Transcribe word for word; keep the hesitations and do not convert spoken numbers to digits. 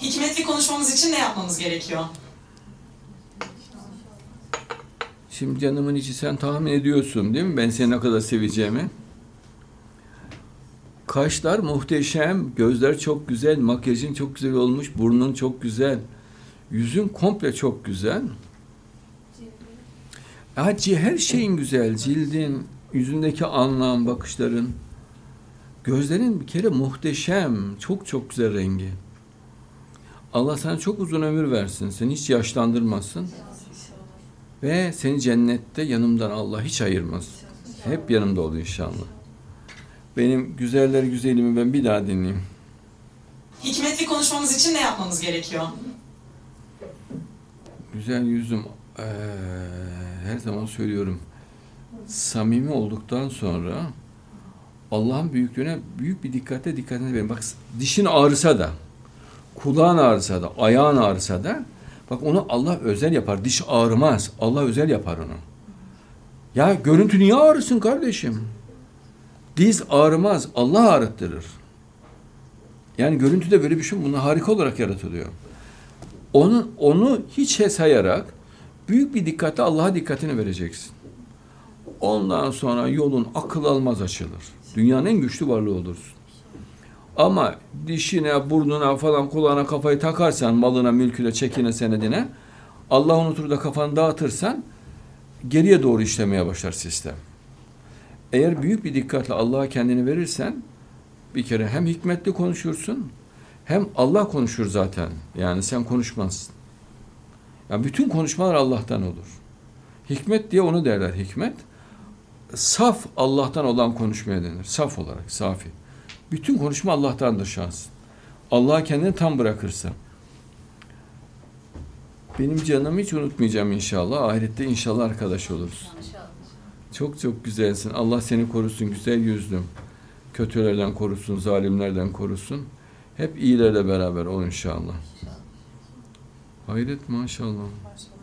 Hikmetli konuşmamız için ne yapmamız gerekiyor? Şimdi canımın içi, sen tahmin ediyorsun değil mi? Ben seni ne kadar seveceğimi. Kaşlar muhteşem, gözler çok güzel, makyajın çok güzel olmuş, burnun çok güzel, yüzün komple çok güzel. Hacı, her şeyin güzel, cildin, yüzündeki anlam, bakışların, gözlerin bir kere muhteşem, çok çok güzel rengi. Allah sana çok uzun ömür versin, seni hiç yaşlandırmasın. Ve seni cennette yanımdan Allah hiç ayırmaz. Hep yanımda ol inşallah. Benim güzeller güzelimi ben bir daha dinleyeyim. Hikmetli konuşmamız için ne yapmamız gerekiyor? Güzel yüzüm, ee, her zaman söylüyorum. Samimi olduktan sonra Allah'ın büyüklüğüne büyük bir dikkatle dikkatini verin. Bak, dişin ağrısa da, kulağın ağrısa da, ayağın ağrısa da, bak onu Allah özel yapar. Diş ağrımaz. Allah özel yapar onu. Ya görüntü niye ağrısın kardeşim? Diz ağrımaz. Allah ağrıttırır. Yani görüntüde böyle bir şey, bunlar harika olarak yaratılıyor. Onu, onu hiçe sayarak büyük bir dikkatle Allah'a dikkatini vereceksin. Ondan sonra yolun akıl almaz açılır. Dünyanın en güçlü varlığı olursun. Ama dişine, burnuna falan, kulağına kafayı takarsan, malına, mülküne, çekine, senedine, Allah unutur da kafanı dağıtırsan, geriye doğru işlemeye başlar sistem. Eğer büyük bir dikkatle Allah'a kendini verirsen, bir kere hem hikmetli konuşursun, hem Allah konuşur zaten. Yani sen konuşmazsın. Yani bütün konuşmalar Allah'tan olur. Hikmet diye onu derler, hikmet. Saf Allah'tan olan konuşmaya denir. Saf olarak, safi. Bütün konuşma Allah'tandır şahs. Allah'a kendini tam bırakırsa. Benim canımı hiç unutmayacağım inşallah. Ahirette inşallah arkadaş oluruz. Çok çok güzelsin. Allah seni korusun, güzel yüzlüm. Kötülerden korusun, zalimlerden korusun. Hep iyilerle beraber ol inşallah. Hayret maşallah.